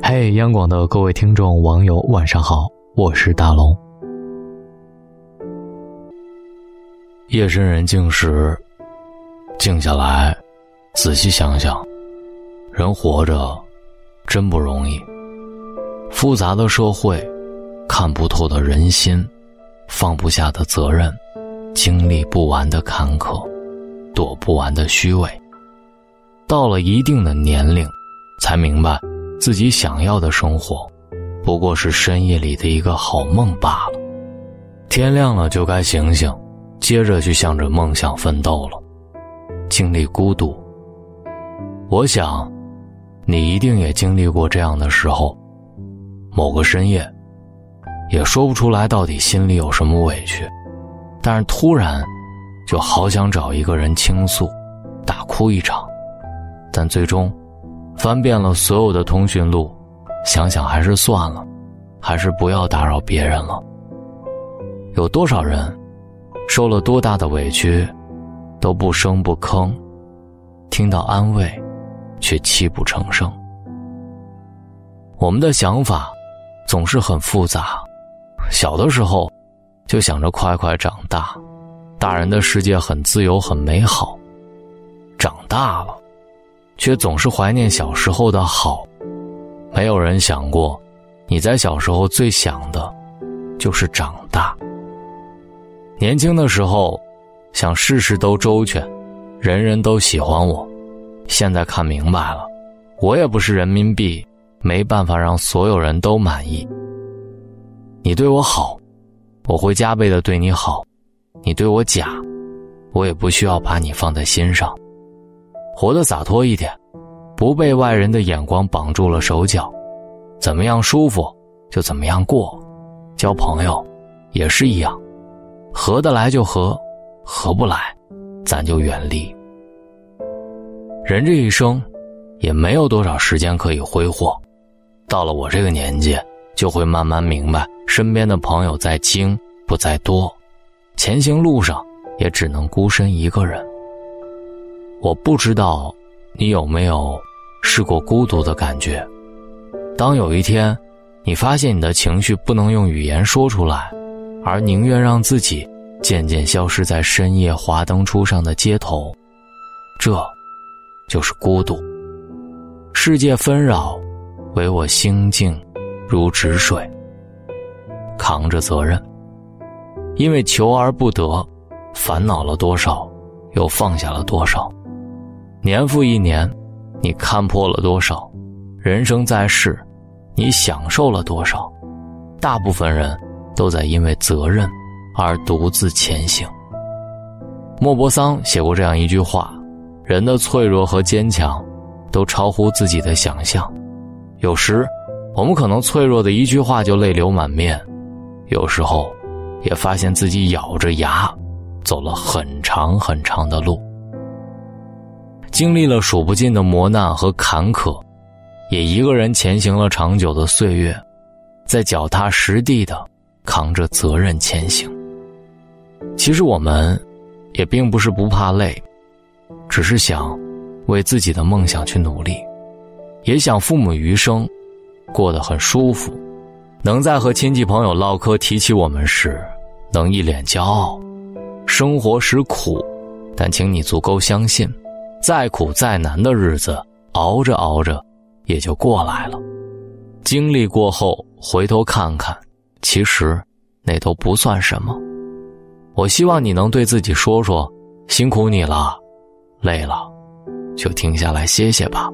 嘿，央广的各位听众网友晚上好，我是大龙。夜深人静时，静下来仔细想想，人活着真不容易。复杂的社会，看不透的人心，放不下的责任，经历不完的坎坷，躲不完的虚伪。到了一定的年龄，才明白自己想要的生活不过是深夜里的一个好梦罢了。天亮了就该醒醒，接着去向着梦想奋斗了。经历孤独，我想你一定也经历过这样的时候，某个深夜也说不出来到底心里有什么委屈，但是突然就好想找一个人倾诉，大哭一场，但最终翻遍了所有的通讯录，想想还是算了，还是不要打扰别人了。有多少人受了多大的委屈都不声不吭，听到安慰却泣不成声。我们的想法总是很复杂，小的时候就想着快快长大，大人的世界很自由很美好，长大了却总是怀念小时候的好。没有人想过，你在小时候最想的就是长大。年轻的时候想事事都周全，人人都喜欢我，现在看明白了，我也不是人民币，没办法让所有人都满意。你对我好，我会加倍的对你好，你对我假，我也不需要把你放在心上。活得洒脱一点，不被外人的眼光绑住了手脚，怎么样舒服就怎么样过。交朋友也是一样，合得来就合，合不来咱就远离。人这一生也没有多少时间可以挥霍，到了我这个年纪就会慢慢明白，身边的朋友在精不在多，前行路上也只能孤身一个人。我不知道你有没有试过孤独的感觉，当有一天你发现你的情绪不能用语言说出来，而宁愿让自己渐渐消失在深夜华灯初上的街头，这就是孤独。世界纷扰，唯我心静如止水。扛着责任，因为求而不得，烦恼了多少，又放下了多少。年复一年，你看破了多少，人生在世，你享受了多少。大部分人都在因为责任而独自前行。莫泊桑写过这样一句话，人的脆弱和坚强都超乎自己的想象。有时我们可能脆弱的一句话就泪流满面，有时候也发现自己咬着牙走了很长很长的路，经历了数不尽的磨难和坎坷，也一个人前行了长久的岁月，在脚踏实地的扛着责任前行。其实我们也并不是不怕累，只是想为自己的梦想去努力，也想父母余生过得很舒服，能在和亲戚朋友唠嗑提起我们时能一脸骄傲。生活是苦，但请你足够相信，再苦再难的日子熬着熬着也就过来了。经历过后回头看看，其实那都不算什么。我希望你能对自己说说，辛苦你了，累了就停下来歇歇吧。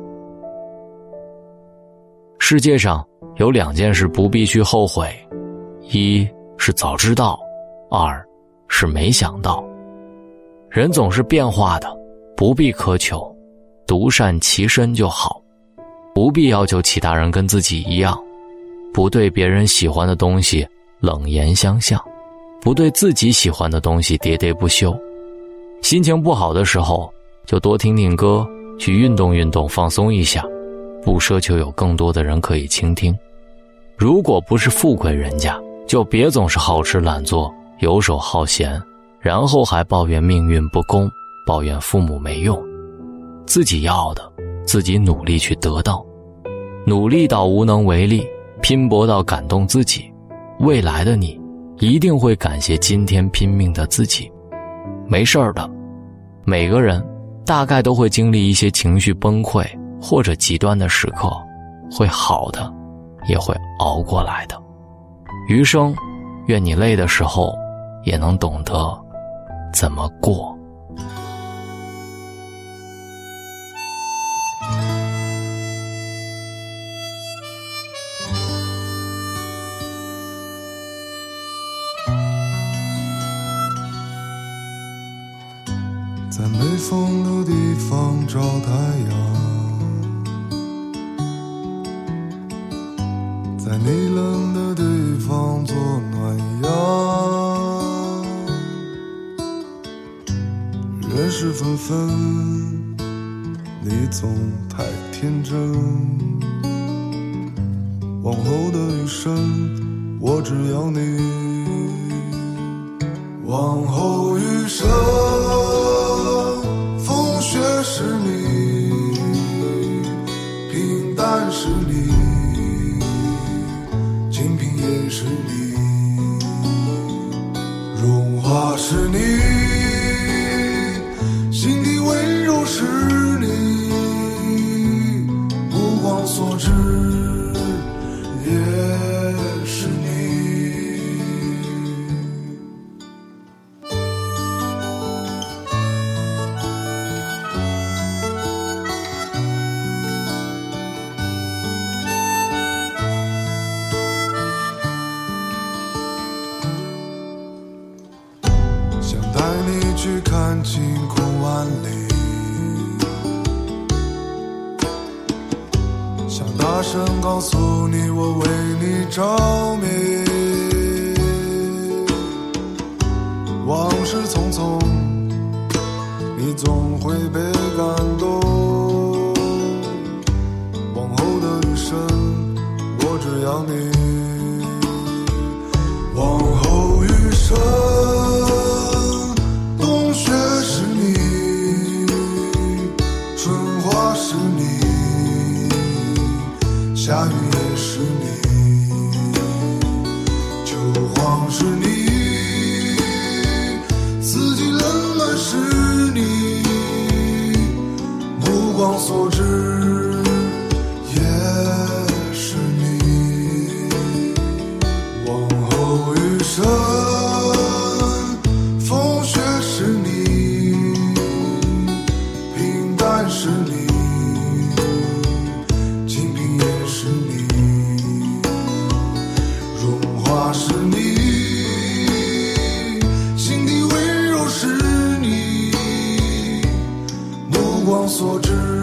世界上有2件事不必去后悔，一是早知道，二是没想到。人总是变化的，不必苛求，独善其身就好。不必要求其他人跟自己一样，不对别人喜欢的东西冷言相向，不对自己喜欢的东西喋喋不休。心情不好的时候就多听听歌，去运动运动，放松一下，不奢求有更多的人可以倾听。如果不是富贵人家，就别总是好吃懒做，游手好闲，然后还抱怨命运不公，抱怨父母没用。自己要的自己努力去得到。 努力到无能为力，拼搏到感动自己，未来的你一定会感谢今天拼命的自己。没事儿的，每个人大概都会经历一些情绪崩溃或者极端的时刻，会好的，也会熬过来的。余生，愿你累的时候也能懂得怎么过。 在没风的地方找太阳，在你冷的地方做暖阳。人事纷纷，你总太天真。往后的余生，我只要你。往后余生，风雪是你，平淡是你，清贫也是你，荣华是你，心底温柔是你，目光所至也是你。想带你去看晴空万里，想大声告诉你我为你着迷。往事匆匆，你总会被感动。往后的余生，我只要你。往后余生，冬雪是你，春花是你，夏雨也是你，秋黄是你，四季冷暖是你，目光所至也是你。往后余生，风雪是你，平淡是你，清贫也是你，荣华是你，心底温柔是你，目光所至